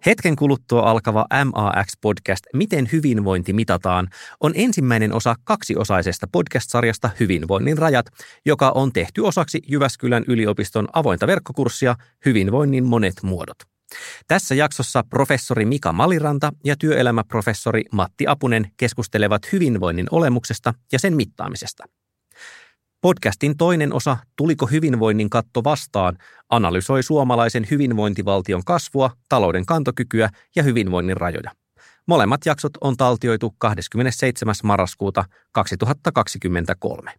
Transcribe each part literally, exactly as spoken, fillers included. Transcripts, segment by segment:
Hetken kuluttua alkava M A X-podcast Miten hyvinvointi mitataan on ensimmäinen osa kaksiosaisesta podcast-sarjasta Hyvinvoinnin rajat, joka on tehty osaksi Jyväskylän yliopiston avointa verkkokurssia Hyvinvoinnin monet muodot. Tässä jaksossa professori Mika Maliranta ja työelämäprofessori Matti Apunen keskustelevat hyvinvoinnin olemuksesta ja sen mittaamisesta. Podcastin toinen osa Tuliko hyvinvoinnin katto vastaan analysoi suomalaisen hyvinvointivaltion kasvua, talouden kantokykyä ja hyvinvoinnin rajoja. Molemmat jaksot on taltioitu kahdeskymmenesseitsemäs marraskuuta kaksituhattakaksikymmentäkolme.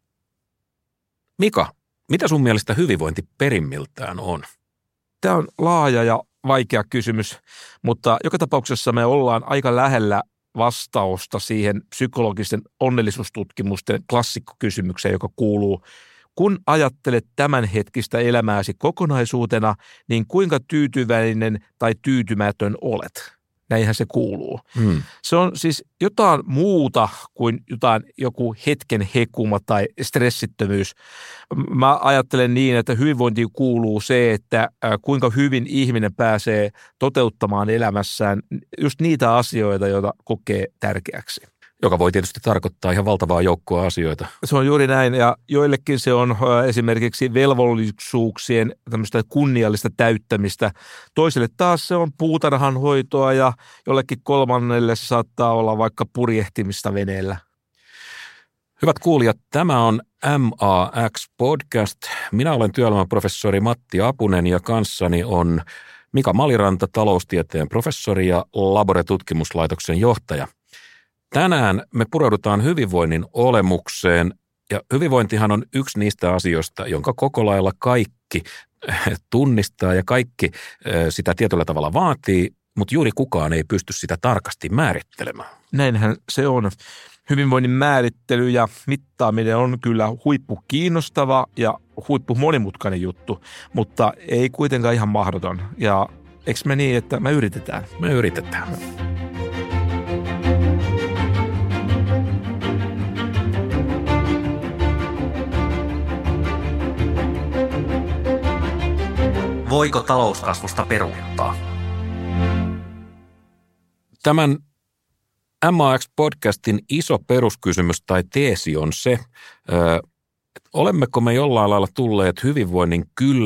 Mika, mitä sun mielestä hyvinvointi perimmiltään on? Tämä on laaja ja vaikea kysymys, mutta joka tapauksessa me ollaan aika lähellä vastausta siihen psykologisten onnellisuustutkimusten klassikkokysymykseen, joka kuuluu: kun ajattelet tämänhetkistä elämääsi kokonaisuutena, niin kuinka tyytyväinen tai tyytymätön olet? Näinhän se kuuluu. Hmm. Se on siis jotain muuta kuin jotain joku hetken hekuma tai stressittömyys. Mä ajattelen niin, että hyvinvointiin kuuluu se, että kuinka hyvin ihminen pääsee toteuttamaan elämässään just niitä asioita, joita kokee tärkeäksi. Joka voi tietysti tarkoittaa ihan valtavaa joukkoa asioita. Se on juuri näin, ja joillekin se on esimerkiksi velvollisuuksien tämmöistä kunniallista täyttämistä. Toiselle taas se on puutarhanhoitoa, ja jollekin kolmannelle se saattaa olla vaikka purjehtimista veneellä. Hyvät kuulijat, tämä on M A X-podcast. Minä olen työelämäprofessori Matti Apunen, ja kanssani on Mika Maliranta, taloustieteen professori ja Labore-tutkimuslaitoksen johtaja. Tänään me pureudutaan hyvinvoinnin olemukseen, ja hyvinvointihan on yksi niistä asioista, jonka koko lailla kaikki tunnistaa ja kaikki sitä tietyllä tavalla vaatii, mutta juuri kukaan ei pysty sitä tarkasti määrittelemään. Näinhän se on. Hyvinvoinnin määrittely ja mittaaminen on kyllä huippu kiinnostava ja huippu monimutkainen juttu, mutta ei kuitenkaan ihan mahdoton. Ja eikö me niin, että me yritetään? Me yritetään. Voiko talouskasvusta peruuttaa? Tämän M A X-podcastin iso peruskysymys tai teesi on se, että olemmeko me jollain lailla tulleet hyvinvoinnin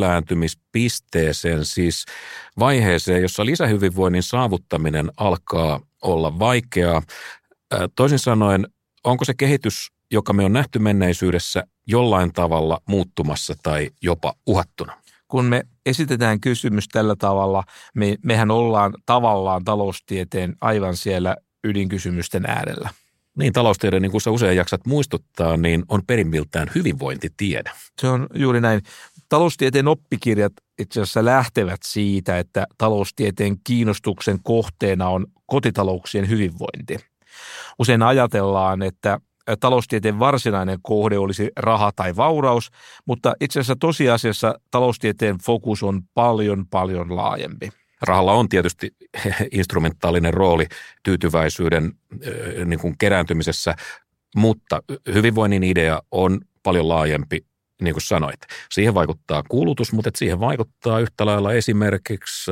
kyllääntymispisteeseen, siis vaiheeseen, jossa lisähyvinvoinnin saavuttaminen alkaa olla vaikeaa. Toisin sanoen, onko se kehitys, joka me on nähty menneisyydessä, jollain tavalla muuttumassa tai jopa uhattuna? Kun me esitetään kysymys tällä tavalla, me, mehän ollaan tavallaan taloustieteen aivan siellä ydinkysymysten äärellä. Niin, taloustiede, niin kuin sä usein jaksat muistuttaa, niin on perimmiltään hyvinvointitiede. Se on juuri näin. Taloustieteen oppikirjat itse asiassa lähtevät siitä, että taloustieteen kiinnostuksen kohteena on kotitalouksien hyvinvointi. Usein ajatellaan, että taloustieteen varsinainen kohde olisi raha tai vauraus, mutta itse asiassa tosiasiassa taloustieteen fokus on paljon, paljon laajempi. Rahalla on tietysti instrumentaalinen rooli tyytyväisyyden niin kuin kerääntymisessä, mutta hyvinvoinnin idea on paljon laajempi, niin kuin sanoit. Siihen vaikuttaa kulutus, mutta siihen vaikuttaa yhtä lailla esimerkiksi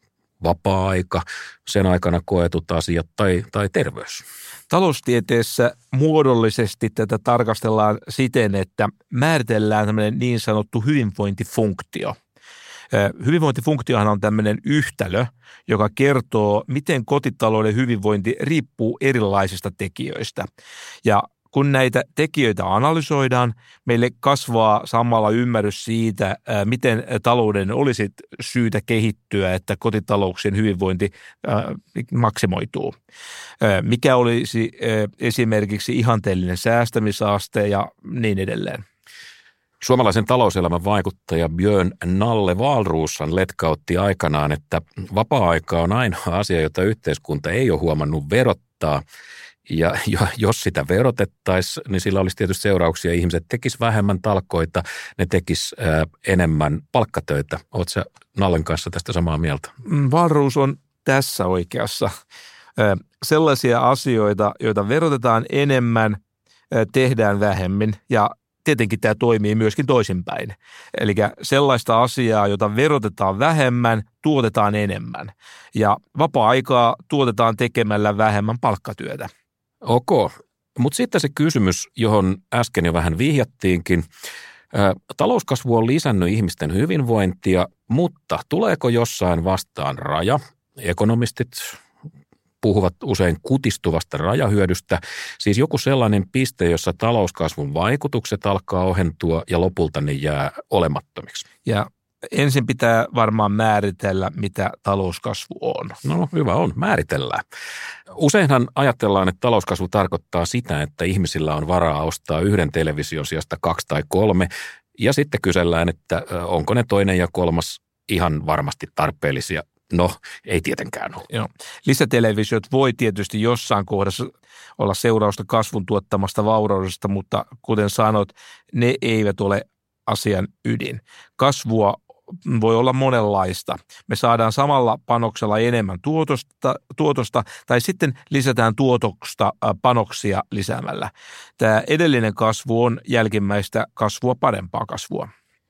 vapaa-aika, sen aikana koetut asiat tai, tai terveys. Taloustieteessä muodollisesti tätä tarkastellaan siten, että määritellään tämmöinen niin sanottu hyvinvointifunktio. Hyvinvointifunktiohan on tämmöinen yhtälö, joka kertoo, miten kotitalouden hyvinvointi riippuu erilaisista tekijöistä. Ja kun näitä tekijöitä analysoidaan, meille kasvaa samalla ymmärrys siitä, miten talouden olisi syytä kehittyä, että kotitalouksien hyvinvointi maksimoituu. Mikä olisi esimerkiksi ihanteellinen säästämisaste ja niin edelleen. Suomalaisen talouselämän vaikuttaja Björn Nalle Wahlrooshan letkautti aikanaan, että vapaa-aika on ainoa asia, jota yhteiskunta ei ole huomannut verottaa. Ja jos sitä verotettaisiin, niin sillä olisi tietysti seurauksia. Ihmiset tekisivät vähemmän talkoita, ne tekisivät enemmän palkkatöitä. Oletko sä Nallen kanssa tästä samaa mieltä? Wahlroos on tässä oikeassa. Sellaisia asioita, joita verotetaan enemmän, tehdään vähemmän ja tietenkin tämä toimii myöskin toisinpäin. Eli sellaista asiaa, jota verotetaan vähemmän, tuotetaan enemmän. Ja vapaa-aikaa tuotetaan tekemällä vähemmän palkkatyötä. Ok, mutta sitten se kysymys, johon äsken jo vähän vihjattiinkin. Talouskasvu on lisännyt ihmisten hyvinvointia, mutta tuleeko jossain vastaan raja? Ekonomistit puhuvat usein kutistuvasta rajahyödystä, siis joku sellainen piste, jossa talouskasvun vaikutukset alkaa ohentua ja lopulta ne jää olemattomiksi. Ja ensin pitää varmaan määritellä, mitä talouskasvu on. No hyvä on, määritellään. Useinhan ajatellaan, että talouskasvu tarkoittaa sitä, että ihmisillä on varaa ostaa yhden television sijasta kaksi tai kolme, ja sitten kysellään, että onko ne toinen ja kolmas ihan varmasti tarpeellisia. No, ei tietenkään ole. Joo. Lisätelevisiot voi tietysti jossain kohdassa olla seurausta kasvun tuottamasta vauraudesta, mutta kuten sanot, ne eivät ole asian ydin. Kasvua voi olla monenlaista. Me saadaan samalla panoksella enemmän tuotosta, tuotosta tai sitten lisätään tuotosta panoksia lisäämällä. Tämä edellinen kasvu on jälkimmäistä kasvua parempaa kasvua.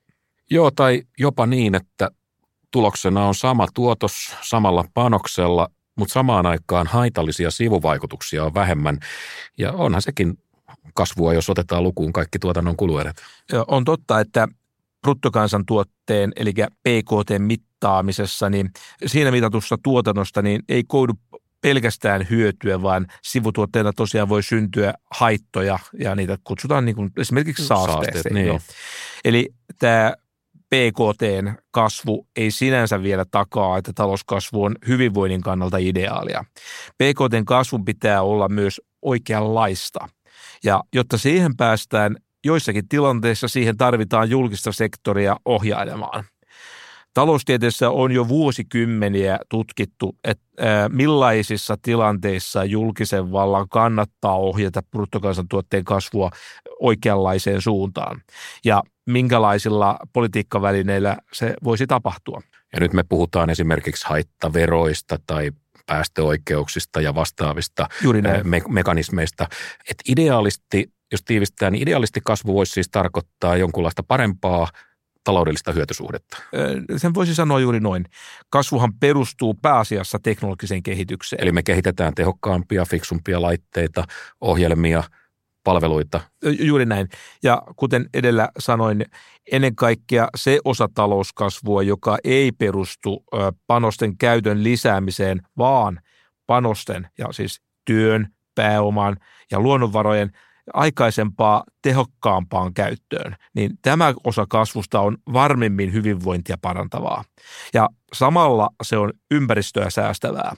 Joo, tai jopa niin, että tuloksena on sama tuotos samalla panoksella, mutta samaan aikaan haitallisia sivuvaikutuksia on vähemmän. Ja onhan sekin kasvua, jos otetaan lukuun kaikki tuotannon kuluerät. On totta, että bruttokansantuotteen eli P K T-mittaamisessa, niin siinä mitatussa tuotannosta niin ei koidu pelkästään hyötyä, vaan sivutuotteena tosiaan voi syntyä haittoja ja niitä kutsutaan niin kuin esimerkiksi saasteeksi. Niin. Eli tämä P K T:n kasvu ei sinänsä vielä takaa, että talouskasvu on hyvinvoinnin kannalta ideaalia. P K T:n kasvun pitää olla myös oikeanlaista. Ja jotta siihen päästään, joissakin tilanteissa siihen tarvitaan julkista sektoria ohjailemaan. Taloustieteessä on jo vuosikymmeniä tutkittu, että millaisissa tilanteissa julkisen vallan kannattaa ohjata bruttokansantuotteen kasvua oikeanlaiseen suuntaan ja minkälaisilla politiikkavälineillä se voisi tapahtua. Ja nyt me puhutaan esimerkiksi haittaveroista tai päästöoikeuksista ja vastaavista me- mekanismeista. Että ideaalisti, jos tiivistää, niin ideaalisti kasvu voisi siis tarkoittaa jonkunlaista parempaa taloudellista hyötysuhdetta. Sen voisi sanoa juuri noin. Kasvuhan perustuu pääasiassa teknologiseen kehitykseen. Eli me kehitetään tehokkaampia, fiksumpia laitteita, ohjelmia, palveluita. Juuri näin. Ja kuten edellä sanoin, ennen kaikkea se osa talouskasvua, joka ei perustu panosten käytön lisäämiseen, vaan panosten ja siis työn, pääoman ja luonnonvarojen aikaisempaa tehokkaampaan käyttöön, niin tämä osa kasvusta on varmemmin hyvinvointia parantavaa. Ja samalla se on ympäristöä säästävää.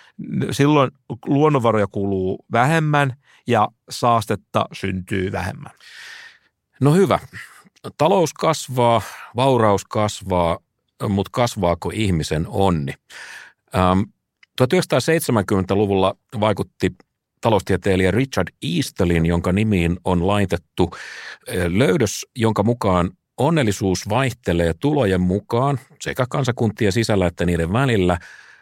Silloin luonnonvaroja kuluu vähemmän ja saastetta syntyy vähemmän. No hyvä. Talous kasvaa, vauraus kasvaa, mutta kasvaako ihmisen onni? Ähm, tuhatyhdeksänsataaseitsemänkymmentäluvulla vaikutti taloustieteilijä Richard Eastelin, jonka nimiin on laitettu löydös, jonka mukaan onnellisuus vaihtelee tulojen mukaan sekä kansakuntien sisällä että niiden välillä,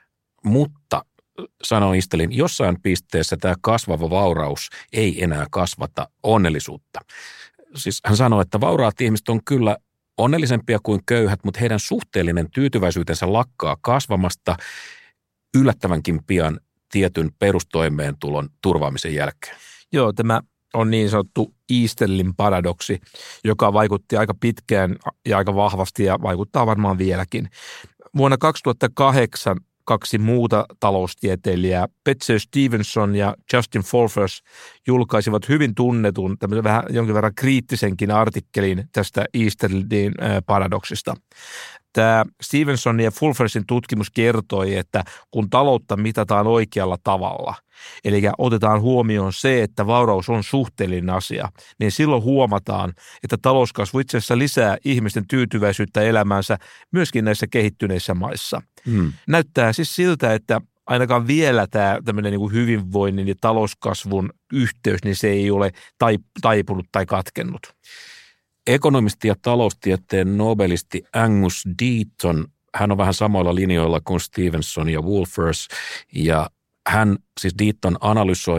mutta sanoi Eastelin, jossain pisteessä tämä kasvava vauraus ei enää kasvata onnellisuutta. Siis hän sanoi, että vauraat ihmiset on kyllä onnellisempia kuin köyhät, mutta heidän suhteellinen tyytyväisyytensä lakkaa kasvamasta yllättävänkin pian tietyn perustoimeentulon turvaamisen jälkeen. Joo, tämä on niin sanottu Eastelin paradoksi, joka vaikutti aika pitkään ja aika vahvasti ja vaikuttaa varmaan vieläkin. Vuonna kaksituhattakahdeksan kaksi muuta taloustieteilijää, Peter Stevenson ja Justin Wolfers, julkaisivat hyvin tunnetun, tämmöisen vähän jonkin verran kriittisenkin artikkelin tästä Eastelin paradoksista. Tämä Stevenson ja Wolfersin tutkimus kertoi, että kun taloutta mitataan oikealla tavalla, eli otetaan huomioon se, että vauraus on suhteellinen asia, niin silloin huomataan, että talouskasvu itse asiassa lisää ihmisten tyytyväisyyttä elämäänsä myöskin näissä kehittyneissä maissa. Hmm. Näyttää siis siltä, että ainakaan vielä tämä tämmöinen niin kuin hyvinvoinnin ja talouskasvun yhteys, niin se ei ole taipunut tai katkennut. Ekonomisti ja taloustieteen nobelisti Angus Deaton, hän on vähän samoilla linjoilla kuin Stevenson ja Wolfers, ja hän, siis Deaton, analysoi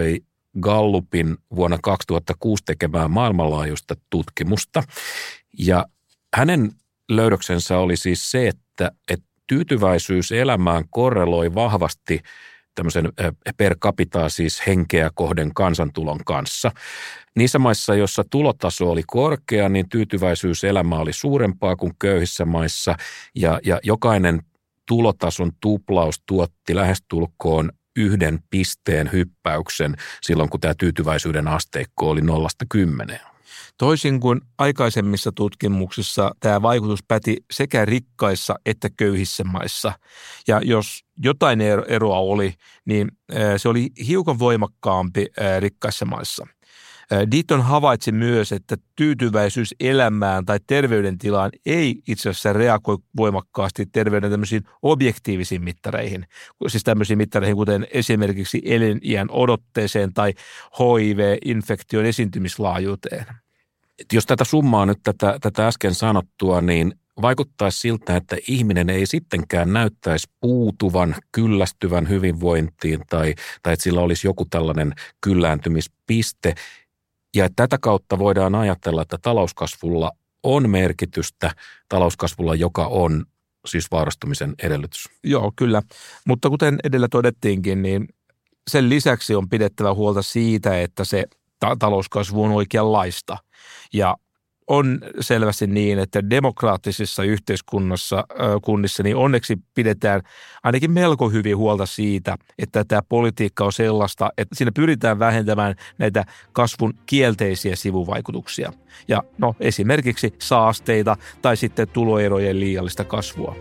Gallupin vuonna kaksituhattakuusi tekemää maailmanlaajuista tutkimusta. Ja hänen löydöksensä oli siis se, että, että tyytyväisyys elämään korreloi vahvasti tämmöisen per capita, siis henkeä kohden kansantulon kanssa. Niissä maissa, joissa tulotaso oli korkea, niin tyytyväisyys elämään oli suurempaa kuin köyhissä maissa, ja, ja jokainen tulotason tuplaus tuotti lähestulkoon yhden pisteen hyppäyksen silloin, kun tämä tyytyväisyyden asteikko oli nollasta kymmeneen. Toisin kuin aikaisemmissa tutkimuksissa, tämä vaikutus päti sekä rikkaissa että köyhissä maissa. Ja jos jotain eroa oli, niin se oli hiukan voimakkaampi rikkaissa maissa. Deaton havaitsi myös, että tyytyväisyys elämään tai terveydentilaan ei itse asiassa reagoi voimakkaasti terveyden tämmöisiin objektiivisiin mittareihin, siis tämmöisiin mittareihin kuten esimerkiksi eliniän odotteeseen tai H I V-infektion esiintymislaajuuteen. Jos tätä summaa nyt tätä, tätä äsken sanottua, niin vaikuttaisi siltä, että ihminen ei sittenkään näyttäisi puutuvan, kyllästyvän hyvinvointiin tai, tai että sillä olisi joku tällainen kyllääntymispiste. Ja tätä kautta voidaan ajatella, että talouskasvulla on merkitystä, talouskasvulla, joka on siis vaurastumisen edellytys. Joo, kyllä. Mutta kuten edellä todettiinkin, niin sen lisäksi on pidettävä huolta siitä, että se ta- talouskasvu on oikeanlaista. Ja on selvästi niin, että demokraattisissa yhteiskunnassa kunnissa niin onneksi pidetään ainakin melko hyvin huolta siitä, että tämä politiikka on sellaista, että siinä pyritään vähentämään näitä kasvun kielteisiä sivuvaikutuksia. Ja no esimerkiksi saasteita tai sitten tuloerojen liiallista kasvua.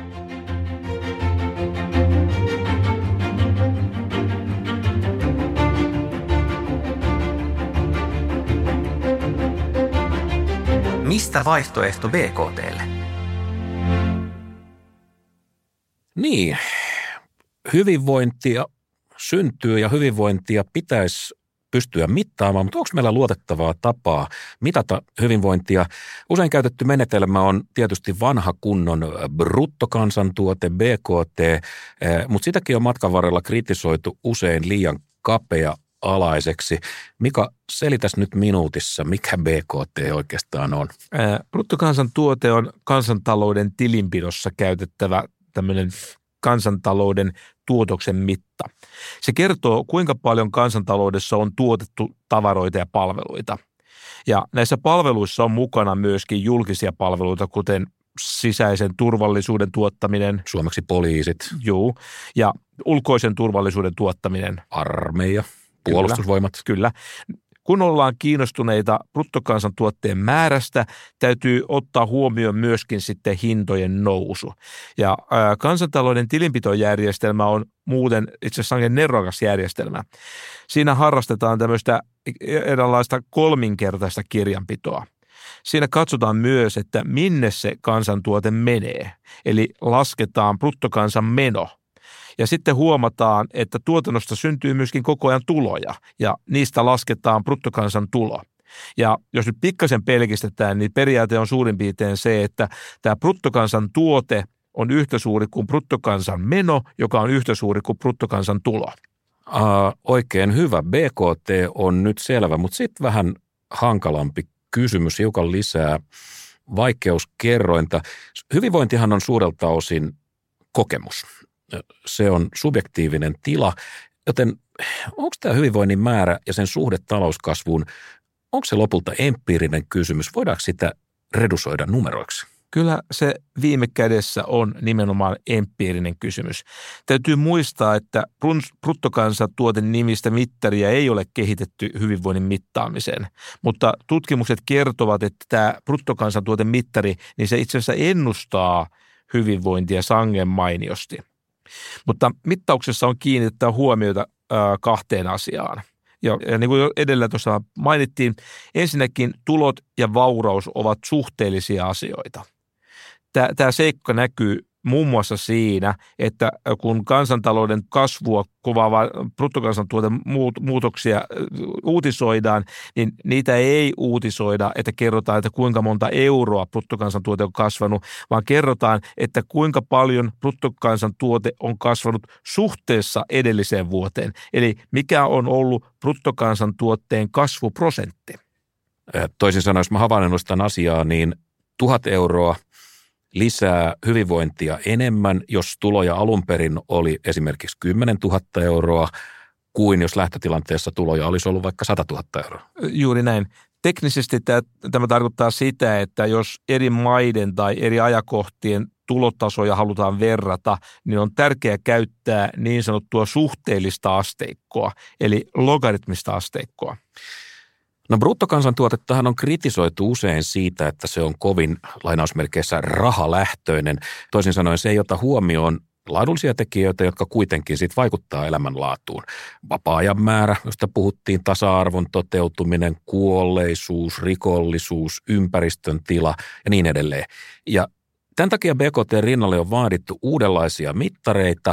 Mistä vaihtoehto B K T:lle? Niin, hyvinvointia syntyy ja hyvinvointia pitäisi pystyä mittaamaan, mutta onko meillä luotettavaa tapaa mitata hyvinvointia? Usein käytetty menetelmä on tietysti vanha kunnon bruttokansantuote, B K T, mutta sitäkin on matkan varrella kritisoitu usein liian kapea alaiseksi. Mika, selitäs nyt minuutissa, mikä B K T oikeastaan on? Bruttokansantuote on kansantalouden tilinpidossa käytettävä tämmöinen kansantalouden tuotoksen mitta. Se kertoo, kuinka paljon kansantaloudessa on tuotettu tavaroita ja palveluita. Ja näissä palveluissa on mukana myöskin julkisia palveluita, kuten sisäisen turvallisuuden tuottaminen. Suomeksi poliisit. Juu, ja ulkoisen turvallisuuden tuottaminen. Armeija. Puolustusvoimat. Kyllä, kyllä. Kun ollaan kiinnostuneita bruttokansantuotteen määrästä, täytyy ottaa huomioon myöskin sitten hintojen nousu. Ja ää, kansantalouden tilinpitojärjestelmä on muuten itse asiassa oikein nerokas järjestelmä. Siinä harrastetaan tämmöistä eräänlaista kolminkertaista kirjanpitoa. Siinä katsotaan myös, että minne se kansantuote menee, eli lasketaan bruttokansan meno. Ja sitten huomataan, että tuotannosta syntyy myöskin koko ajan tuloja ja niistä lasketaan bruttokansan tulo. Ja jos nyt pikkasen pelkistetään, niin periaate on suurin piirtein se, että tämä bruttokansan tuote on yhtä suuri kuin bruttokansan meno, joka on yhtä suuri kuin bruttokansan tulo. Uh, oikein hyvä. B K T on nyt selvä, mutta sitten vähän hankalampi kysymys, hiukan lisää vaikeuskerrointa. Hyvinvointihan on suurelta osin kokemus. Se on subjektiivinen tila, joten onko tämä hyvinvoinnin määrä ja sen suhde talouskasvuun, onko se lopulta empiirinen kysymys? Voidaanko sitä redusoida numeroiksi? Kyllä se viime kädessä on nimenomaan empiirinen kysymys. Täytyy muistaa, että bruttokansantuoten nimistä mittaria ei ole kehitetty hyvinvoinnin mittaamiseen, mutta tutkimukset kertovat, että tämä bruttokansantuoten mittari, niin se itse asiassa ennustaa hyvinvointia sangen mainiosti. Mutta mittauksessa on kiinnittää huomiota ää, kahteen asiaan. Ja, ja niin kuin jo edellä tuossa mainittiin, ensinnäkin tulot ja vauraus ovat suhteellisia asioita. Tämä, tämä seikka näkyy muun muassa siinä, että kun kansantalouden kasvua kuvaava bruttokansantuoten muutoksia uutisoidaan, niin niitä ei uutisoida, että kerrotaan, että kuinka monta euroa bruttokansantuote on kasvanut, vaan kerrotaan, että kuinka paljon bruttokansantuote on kasvanut suhteessa edelliseen vuoteen. Eli mikä on ollut bruttokansantuotteen kasvuprosentti. Toisin sanoen, jos mä havainnoin tämän asiaa, niin tuhat euroa lisää hyvinvointia enemmän, jos tuloja alun perin oli esimerkiksi kymmenen tuhatta euroa, kuin jos lähtötilanteessa tuloja olisi ollut vaikka sata tuhatta euroa. Juuri näin. Teknisesti tämä tarkoittaa sitä, että jos eri maiden tai eri ajankohtien tulotasoja halutaan verrata, niin on tärkeää käyttää niin sanottua suhteellista asteikkoa, eli logaritmista asteikkoa. No bruttokansantuotettahan on kritisoitu usein siitä, että se on kovin lainausmerkeissä rahalähtöinen. Toisin sanoen se ei ota huomioon laadullisia tekijöitä, jotka kuitenkin sit vaikuttaa elämänlaatuun. Vapaa-ajan määrä, josta puhuttiin, tasa-arvon toteutuminen, kuolleisuus, rikollisuus, ympäristön tila ja niin edelleen. Ja tämän takia B K T rinnalle on vaadittu uudenlaisia mittareita,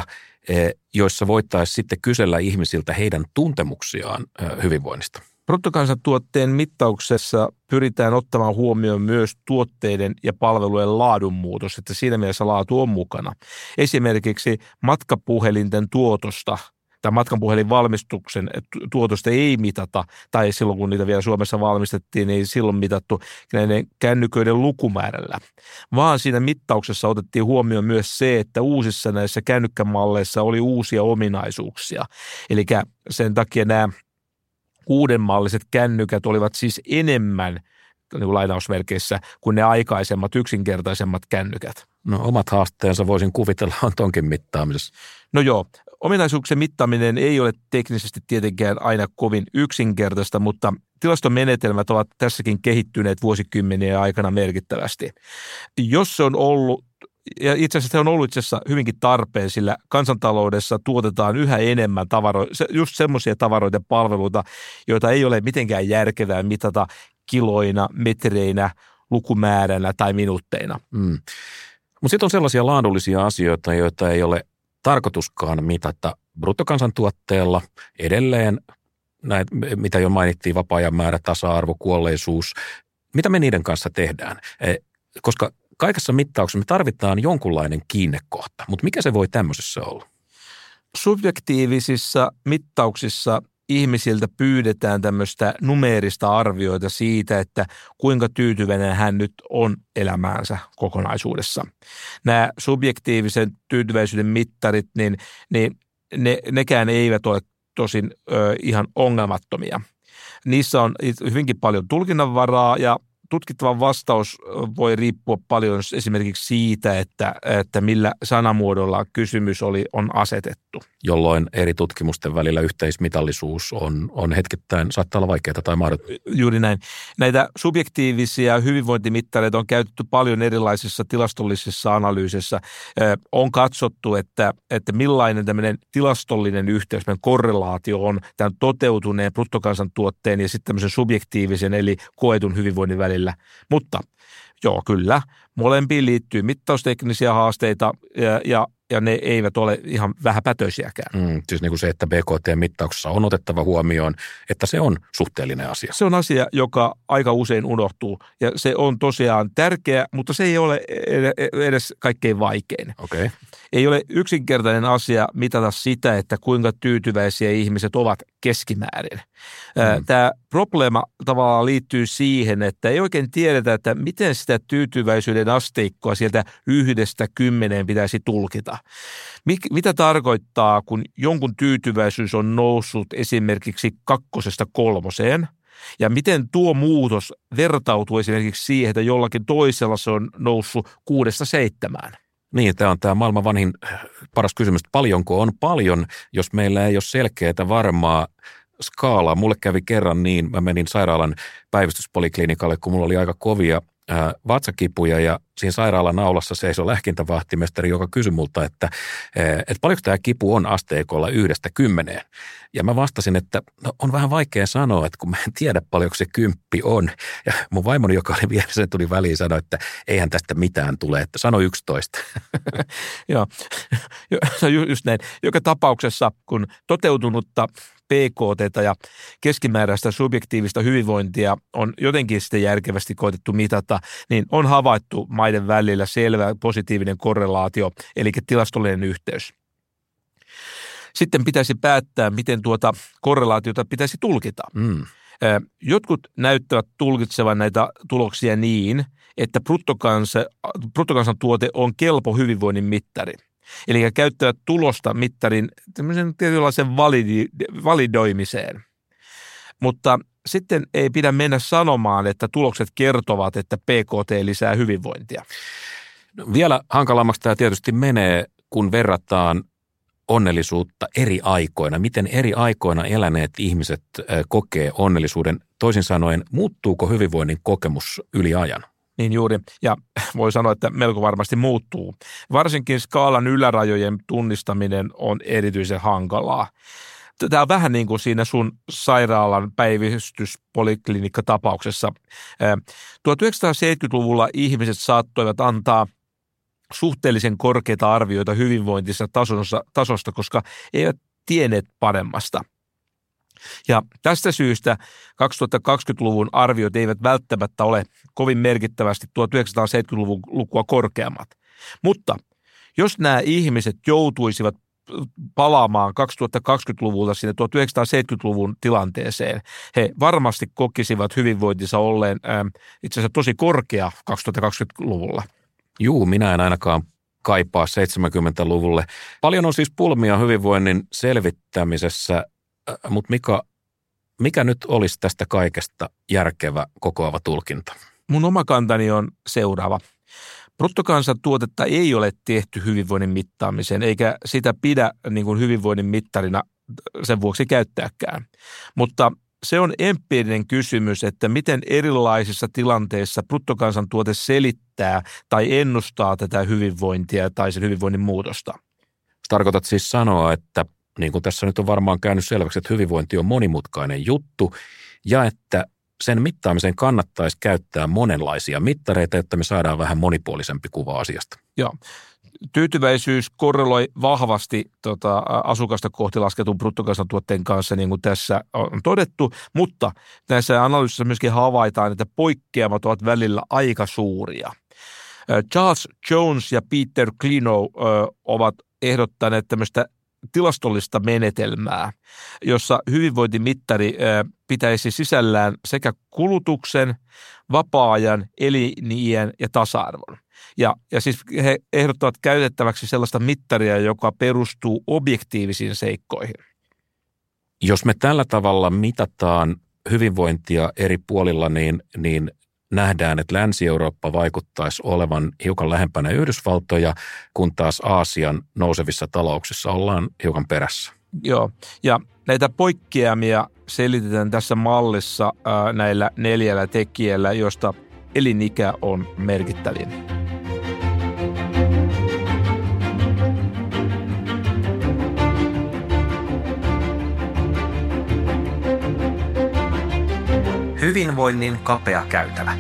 joissa voitaisiin sitten kysellä ihmisiltä heidän tuntemuksiaan hyvinvoinnista. Bruttokansantuotteen mittauksessa pyritään ottamaan huomioon myös tuotteiden ja palvelujen laadun muutos, että siinä mielessä laatu on mukana. Esimerkiksi matkapuhelinten tuotosta tai matkapuhelin valmistuksen tuotosta ei mitata, tai silloin kun niitä vielä Suomessa valmistettiin, niin ei silloin mitattu näiden kännyköiden lukumäärällä, vaan siinä mittauksessa otettiin huomioon myös se, että uusissa näissä kännykkämalleissa oli uusia ominaisuuksia. Eli sen takia nämä uudenmalliset kännykät olivat siis enemmän niin kuin lainausmerkeissä kuin ne aikaisemmat yksinkertaisemmat kännykät. No omat haasteensa voisin kuvitella on tonkin mittaamisessa. No joo, ominaisuuksien mittaaminen ei ole teknisesti tietenkään aina kovin yksinkertaista, mutta tilastomenetelmät ovat tässäkin kehittyneet vuosikymmenien aikana merkittävästi. Jos se on ollut Ja itse asiassa se on ollut itse asiassa hyvinkin tarpeen, sillä kansantaloudessa tuotetaan yhä enemmän tavaroita, just semmoisia tavaroita ja palveluita, joita ei ole mitenkään järkevää mitata kiloina, metreinä, lukumääränä tai minuutteina. Mm. Mutta sitten on sellaisia laadullisia asioita, joita ei ole tarkoituskaan mitata bruttokansantuotteella. Edelleen, näitä, mitä jo mainittiin, vapaa-ajan määrä, tasa-arvo, kuolleisuus. Mitä me niiden kanssa tehdään? Koska kaikessa mittauksessa me tarvitaan jonkunlainen kiinnekohta, mutta mikä se voi tämmöisessä olla? Subjektiivisissa mittauksissa ihmisiltä pyydetään tämmöistä numeerista arvioita siitä, että kuinka tyytyväinen hän nyt on elämäänsä kokonaisuudessa. Nämä subjektiivisen tyytyväisyyden mittarit, niin, niin ne, nekään eivät ole tosin ö, ihan ongelmattomia. Niissä on hyvinkin paljon tulkinnanvaraa ja tutkittavan vastaus voi riippua paljon esimerkiksi siitä, että, että millä sanamuodolla kysymys oli, on asetettu. Jolloin eri tutkimusten välillä yhteismitallisuus on, on hetkittäin, saattaa olla vaikeaa tai mahdotonta. Juuri näin. Näitä subjektiivisia hyvinvointimittareita on käytetty paljon erilaisissa tilastollisissa analyyseissa. On katsottu, että, että millainen tämmöinen tilastollinen yhteys, korrelaatio on tämän toteutuneen bruttokansantuotteen ja sitten tämmöisen subjektiivisen eli koetun hyvinvoinnin välillä. Mutta joo, kyllä, molempiin liittyy mittausteknisiä haasteita ja, ja, ja ne eivät ole ihan vähäpätöisiäkään. Mm, siis niin kuin se, että B K T-mittauksessa on otettava huomioon, että se on suhteellinen asia. Se on asia, joka aika usein unohtuu ja se on tosiaan tärkeä, mutta se ei ole edes kaikkein vaikein. Okay. Ei ole yksinkertainen asia mitata sitä, että kuinka tyytyväisiä ihmiset ovat keskimäärin. Mm. Tämä probleema tavallaan liittyy siihen, että ei oikein tiedetä, että miten sitä tyytyväisyyden asteikkoa sieltä yhdestä kymmeneen pitäisi tulkita. Mik, mitä tarkoittaa, kun jonkun tyytyväisyys on noussut esimerkiksi kakkosesta kolmoseen? Ja miten tuo muutos vertautuu esimerkiksi siihen, että jollakin toisella se on noussut kuudesta seitsemään? Niin, tämä on tämä maailman vanhin paras kysymys, paljonko on paljon, jos meillä ei ole selkeää varmaa skaalaa. Mulle kävi kerran niin, mä menin sairaalan päivystyspoliklinikalle, kun mulla oli aika kovia ää, vatsakipuja ja siinä sairaalan aulassa seisoi lääkintävahtimestari, joka kysyi multa, että, että paljonko tämä kipu on asteikolla yhdestä kymmeneen. Ja mä vastasin, että no, on vähän vaikea sanoa, että kun mä en tiedä paljonko se kymppi on. Ja mun vaimoni, joka oli vieressä, tuli väliin sanoi, että eihän tästä mitään tule, että sano yksitoista. Joo, just näin. Joka tapauksessa, kun toteutunutta P K T:tä ja keskimääräistä subjektiivista hyvinvointia on jotenkin sitten järkevästi koetettu mitata, niin on havaittu maiden välillä selvä positiivinen korrelaatio, eli tilastollinen yhteys. Sitten pitäisi päättää, miten tuota korrelaatiota pitäisi tulkita. Mm. Jotkut näyttävät tulkitsevan näitä tuloksia niin, että bruttokansa, bruttokansantuote on kelpo hyvinvoinnin mittari. Eli käyttävät tulosta mittarin tämmöisen tietynlaisen validi, validoimiseen. Mutta sitten ei pidä mennä sanomaan, että tulokset kertovat, että P K T lisää hyvinvointia. No, vielä hankalammaksi tämä tietysti menee, kun verrataan onnellisuutta eri aikoina. Miten eri aikoina eläneet ihmiset kokee onnellisuuden? Toisin sanoen, muuttuuko hyvinvoinnin kokemus yli ajan? Niin juuri, ja voi sanoa, että melko varmasti muuttuu. Varsinkin skaalan ylärajojen tunnistaminen on erityisen hankalaa. Tämä on vähän niin kuin siinä sun sairaalan päivystyspoliklinikka-tapauksessa. tuhatyhdeksänsataaseitsemänkymmentäluvulla ihmiset saattoivat antaa suhteellisen korkeita arvioita hyvinvointinsa tasosta, tasosta, koska eivät tienneet paremmasta. Ja tästä syystä kaksituhattakaksikymmentäluvun arviot eivät välttämättä ole kovin merkittävästi tuhatyhdeksänsataaseitsemänkymmentäluvun lukua korkeammat. Mutta jos nämä ihmiset joutuisivat palaamaan kaksituhattakaksikymmentäluvulta sinne tuhatyhdeksänsataaseitsemänkymmentäluvun tilanteeseen, he varmasti kokisivat hyvinvointinsa olleen äh, itse asiassa tosi korkea kaksituhattakaksikymmentäluvulla. Juu, minä en ainakaan kaipaa seitsemänkymmentäluvulle. Paljon on siis pulmia hyvinvoinnin selvittämisessä, mutta Mika, mikä nyt olisi tästä kaikesta järkevä kokoava tulkinta? Mun oma kantani on seuraava. Bruttokansantuotetta ei ole tehty hyvinvoinnin mittaamiseen, eikä sitä pidä niin kuin hyvinvoinnin mittarina sen vuoksi käyttääkään. Mutta se on empiirinen kysymys, että miten erilaisissa tilanteissa bruttokansantuote selittää tai ennustaa tätä hyvinvointia tai sen hyvinvoinnin muutosta. Tarkoitat siis sanoa, että niin kuin tässä nyt on varmaan käynyt selväksi, että hyvinvointi on monimutkainen juttu ja että sen mittaamiseen kannattaisi käyttää monenlaisia mittareita, jotta me saadaan vähän monipuolisempi kuva asiasta. Joo. Tyytyväisyys korreloi vahvasti tota, asukasta kohti lasketun bruttokansantuotteen kanssa, niin kuin tässä on todettu, mutta näissä analyysissä myöskin havaitaan, että poikkeamat ovat välillä aika suuria. Charles Jones ja Peter Klenow ovat ehdottaneet tämmöistä tilastollista menetelmää, jossa hyvinvointimittari pitäisi sisällään sekä kulutuksen, vapaa-ajan, eliniän ja tasa-arvon. Ja, ja siis he ehdottavat käytettäväksi sellaista mittaria, joka perustuu objektiivisiin seikkoihin. Jos me tällä tavalla mitataan hyvinvointia eri puolilla, niin, niin nähdään, että Länsi-Eurooppa vaikuttaisi olevan hiukan lähempänä Yhdysvaltoja, kun taas Aasian nousevissa talouksissa ollaan hiukan perässä. Joo, ja näitä poikkeamia selitetään tässä mallissa ää, näillä neljällä tekijällä, josta elinikä on merkittävin. Hyvinvoinnin kapea käytävä.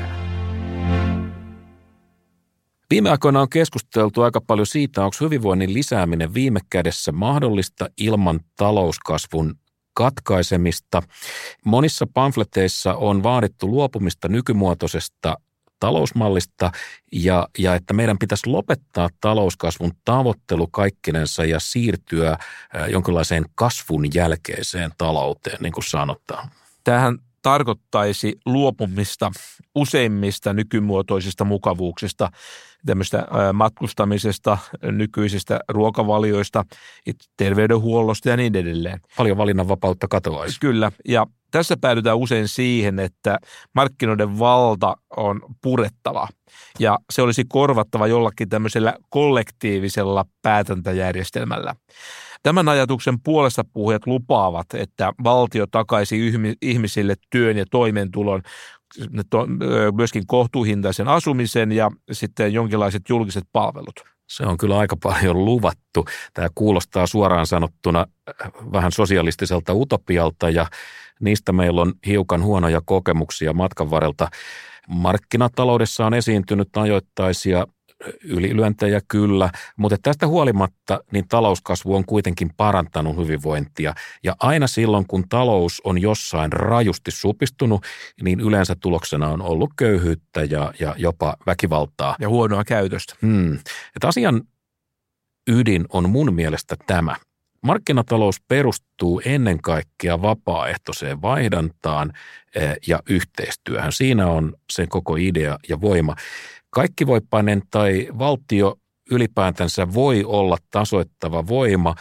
Viime aikoina on keskusteltu aika paljon siitä, onko hyvinvoinnin lisääminen viime kädessä mahdollista ilman talouskasvun katkaisemista. Monissa pamfleteissa on vaadittu luopumista nykymuotoisesta talousmallista ja, ja että meidän pitäisi lopettaa talouskasvun tavoittelu kaikkinensa ja siirtyä jonkinlaiseen kasvun jälkeiseen talouteen, niin kuin sanotaan. Tämähän tarkoittaisi luopumista useimmista nykymuotoisista mukavuuksista, tämmöistä matkustamisesta, nykyisistä ruokavalioista, terveydenhuollosta ja niin edelleen. Paljon valinnanvapautta katoaisi. Kyllä, ja tässä päädytään usein siihen, että markkinoiden valta on purettava ja se olisi korvattava jollakin tämmöisellä kollektiivisella päätäntäjärjestelmällä. Tämän ajatuksen puolesta puhujat lupaavat, että valtio takaisi ihmisille työn ja toimeentulon, myöskin kohtuuhintaisen asumisen ja sitten jonkinlaiset julkiset palvelut. Se on kyllä aika paljon luvattu. Tämä kuulostaa suoraan sanottuna vähän sosialistiselta utopialta ja niistä meillä on hiukan huonoja kokemuksia matkan varrelta. Markkinataloudessa on esiintynyt ajoittaisia ylilyöntejä kyllä, mutta tästä huolimatta niin talouskasvu on kuitenkin parantanut hyvinvointia. Ja aina silloin, kun talous on jossain rajusti supistunut, niin yleensä tuloksena on ollut köyhyyttä ja, ja jopa väkivaltaa. Ja huonoa käytöstä. Hmm. Et asian ydin on mun mielestä tämä. Markkinatalous perustuu ennen kaikkea vapaaehtoiseen vaihdantaan ja yhteistyöhön. Siinä on sen koko idea ja voima. Kaikkivoipainen tai valtio ylipäätänsä voi olla tasoittava voima,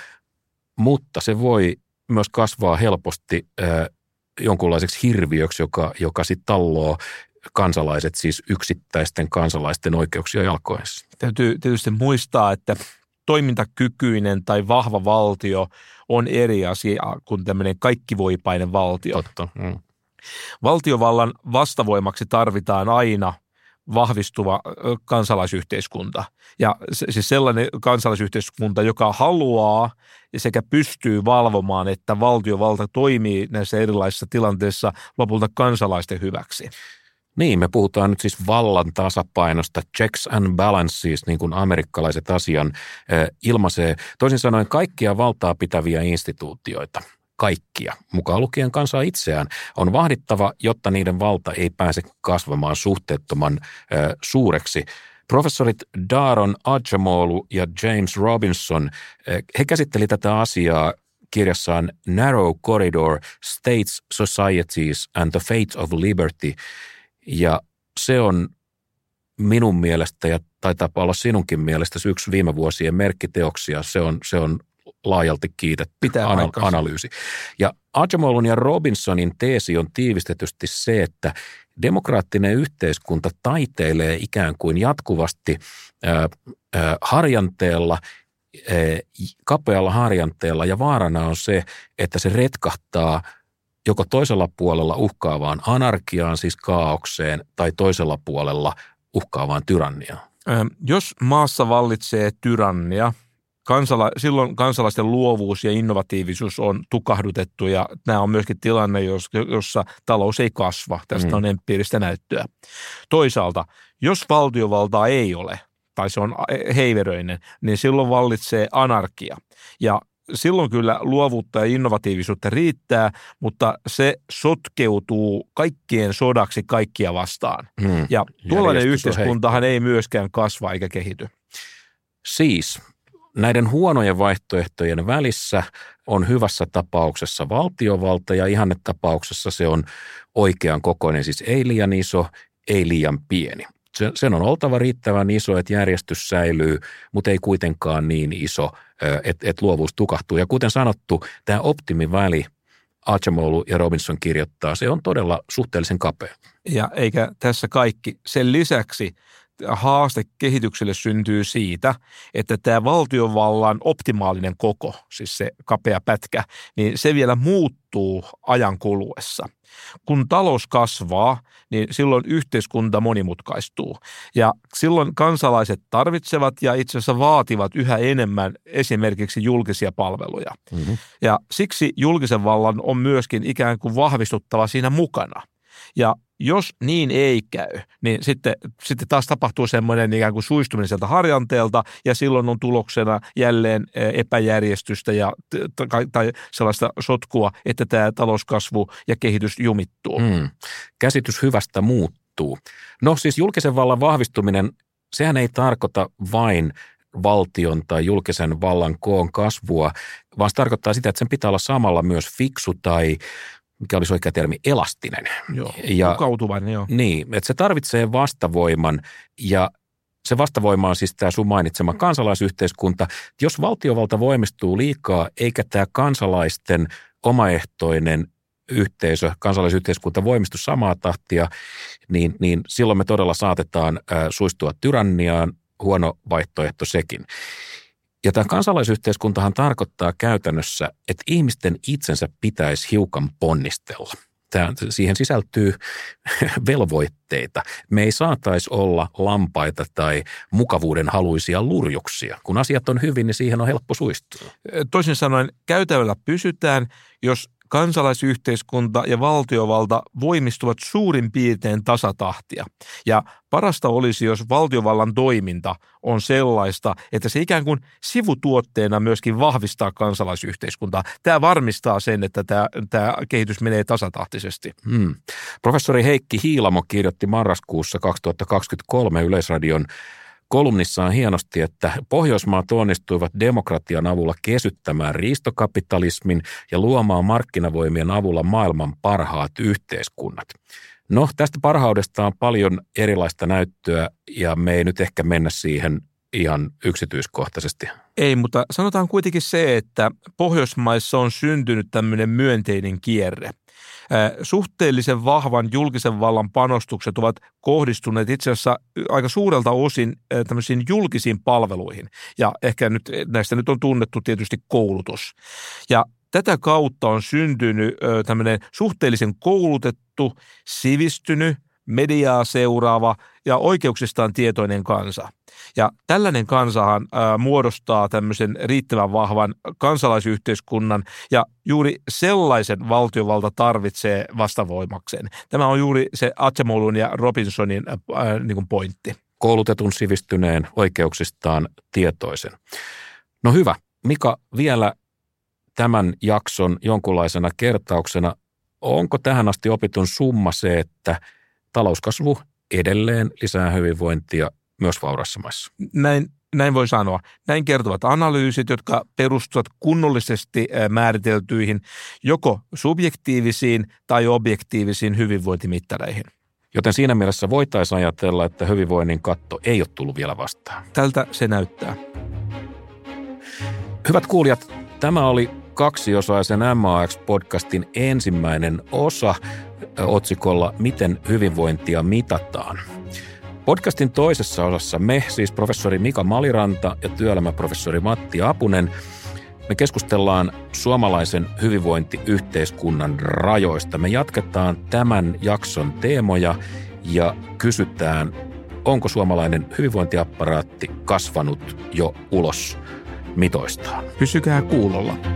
mutta se voi myös kasvaa helposti äh, jonkunlaiseksi hirviöksi, joka, joka sitten talloo kansalaiset, siis yksittäisten kansalaisten oikeuksia jalkoissa. Täytyy tietysti muistaa, että toimintakykyinen tai vahva valtio on eri asia kuin tämmöinen kaikkivoipainen valtio. Totta. Mm. Valtiovallan vastavoimaksi tarvitaan aina vahvistuva kansalaisyhteiskunta. Ja siis sellainen kansalaisyhteiskunta, joka haluaa ja sekä pystyy valvomaan, että valtiovalta toimii näissä erilaisissa tilanteissa lopulta kansalaisten hyväksi. Niin, me puhutaan nyt siis vallan tasapainosta, checks and balances, niin kuin amerikkalaiset asian eh, ilmaisee. Toisin sanoen kaikkia valtaa pitäviä instituutioita. Kaikkia, mukaan lukien kansaa itseään, on vahdittava, jotta niiden valta ei pääse kasvamaan suhteettoman ö, suureksi. Professorit Daron Acemoglu ja James Robinson, ö, he käsitteli tätä asiaa kirjassaan Narrow Corridor, States, Societies and the Fate of Liberty, ja se on minun mielestä, ja taitaa olla sinunkin mielestä, yksi viime vuosien merkkiteoksia, se on, se on laajalti kiitetty ana- analyysi. Ja Acemoglun ja Robinsonin teesi on tiivistetysti se, että demokraattinen yhteiskunta taiteilee ikään kuin jatkuvasti ää, ää, harjanteella, ää, kapealla harjanteella, ja vaarana on se, että se retkahtaa joko toisella puolella uhkaavaan anarkiaan, siis kaaukseen, tai toisella puolella uhkaavaan tyranniaan. Ää, jos maassa vallitsee tyrannia, Kansala- silloin kansalaisten luovuus ja innovatiivisuus on tukahdutettu ja nämä on myöskin tilanne, jossa talous ei kasva. Tästä mm. on empiiristä näyttöä. Toisaalta, jos valtiovaltaa ei ole tai se on heiveröinen, niin silloin vallitsee anarkia. Ja silloin kyllä luovuutta ja innovatiivisuutta riittää, mutta se sotkeutuu kaikkien sodaksi kaikkia vastaan. Mm. Ja tuollainen yhteiskuntahan ei myöskään kasva eikä kehity. Siis näiden huonojen vaihtoehtojen välissä on hyvässä tapauksessa valtiovalta ja ihannetapauksessa se on oikean kokoinen, siis ei liian iso, ei liian pieni. Sen on oltava riittävän iso, että järjestys säilyy, mutta ei kuitenkaan niin iso, että, että luovuus tukahtuu. Ja kuten sanottu, tämä optimiväli, Acemoglu ja Robinson kirjoittaa, se on todella suhteellisen kapea. Ja eikä tässä kaikki. Sen lisäksi haaste kehitykselle syntyy siitä, että tämä valtiovallan optimaalinen koko, siis se kapea pätkä, niin se vielä muuttuu ajan kuluessa. Kun talous kasvaa, niin silloin yhteiskunta monimutkaistuu ja silloin kansalaiset tarvitsevat ja itse asiassa vaativat yhä enemmän esimerkiksi julkisia palveluja. Mm-hmm. Ja siksi julkisen vallan on myöskin ikään kuin vahvistuttava siinä mukana. Ja jos niin ei käy, niin sitten, sitten taas tapahtuu semmoinen ikään kuin suistuminen sieltä harjanteelta ja silloin on tuloksena jälleen epäjärjestystä ja, tai, tai sellaista sotkua, että tämä talouskasvu ja kehitys jumittuu. Mm. Käsitys hyvästä muuttuu. No siis julkisen vallan vahvistuminen, sehän ei tarkoita vain valtion tai julkisen vallan koon kasvua, vaan se tarkoittaa sitä, että sen pitää olla samalla myös fiksu tai mikä olisi oikea termi, elastinen. Joo, ja, mukautuvainen, joo. Niin, että se tarvitsee vastavoiman ja se vastavoima on siis tämä sun mainitsema kansalaisyhteiskunta. Jos valtiovalta voimistuu liikaa eikä tämä kansalaisten omaehtoinen yhteisö, kansalaisyhteiskunta voimistu samaa tahtia, niin, niin silloin me todella saatetaan äh, suistua tyranniaan, huono vaihtoehto sekin. Ja tämä kansalaisyhteiskuntahan tarkoittaa käytännössä, että ihmisten itsensä pitäisi hiukan ponnistella. Tämä, siihen sisältyy velvoitteita. Me ei saataisi olla lampaita tai mukavuuden haluisia lurjuksia. Kun asiat on hyvin, niin siihen on helppo suistua. Toisin sanoen käytävällä pysytään, jos kansalaisyhteiskunta ja valtiovalta voimistuvat suurin piirtein tasatahtia. Ja parasta olisi, jos valtiovallan toiminta on sellaista, että se ikään kuin sivutuotteena myöskin vahvistaa kansalaisyhteiskuntaa. Tämä varmistaa sen, että tämä, tämä kehitys menee tasatahtisesti. Hmm. Professori Heikki Hiilamo kirjoitti marraskuussa kaksituhattakaksikymmentäkolme Yleisradion kolumnissaan hienosti, että Pohjoismaat onnistuivat demokratian avulla kesyttämään riistokapitalismin ja luomaan markkinavoimien avulla maailman parhaat yhteiskunnat. No, tästä parhaudesta on paljon erilaista näyttöä ja me ei nyt ehkä mennä siihen ihan yksityiskohtaisesti. Ei, mutta sanotaan kuitenkin se, että Pohjoismaissa on syntynyt tämmöinen myönteinen kierre. Suhteellisen vahvan julkisen vallan panostukset ovat kohdistuneet itse asiassa aika suurelta osin tämmöisiin julkisiin palveluihin. Ja ehkä nyt, näistä nyt on tunnettu tietysti koulutus. Ja tätä kautta on syntynyt tämmöinen suhteellisen koulutettu, sivistynyt, mediaa seuraava ja oikeuksistaan tietoinen kansa. Ja tällainen kansahan ää, muodostaa tämmöisen riittävän vahvan kansalaisyhteiskunnan ja juuri sellaisen valtiovalta tarvitsee vastavoimakseen. Tämä on juuri se Acemoglu ja Robinsonin ää, niin kuin pointti. Koulutetun, sivistyneen, oikeuksistaan tietoisen. No hyvä. Mika, vielä tämän jakson jonkunlaisena kertauksena. Onko tähän asti opitun summa se, että talouskasvu edelleen lisää hyvinvointia myös vauraissa maissa? Näin, näin voi sanoa. Näin kertovat analyysit, jotka perustuvat kunnollisesti määriteltyihin joko subjektiivisiin tai objektiivisiin hyvinvointimittareihin. Joten siinä mielessä voitaisiin ajatella, että hyvinvoinnin katto ei ole tullut vielä vastaan. Tältä se näyttää. Hyvät kuulijat, tämä oli kaksiosaisen M A X-podcastin ensimmäinen osa otsikolla Miten hyvinvointia mitataan. Podcastin toisessa osassa me, siis professori Mika Maliranta ja työelämäprofessori Matti Apunen, me keskustellaan suomalaisen hyvinvointiyhteiskunnan rajoista. Me jatketaan tämän jakson teemoja ja kysytään, onko suomalainen hyvinvointiapparaatti kasvanut jo ulos mitoistaan. Pysykää kuulolla.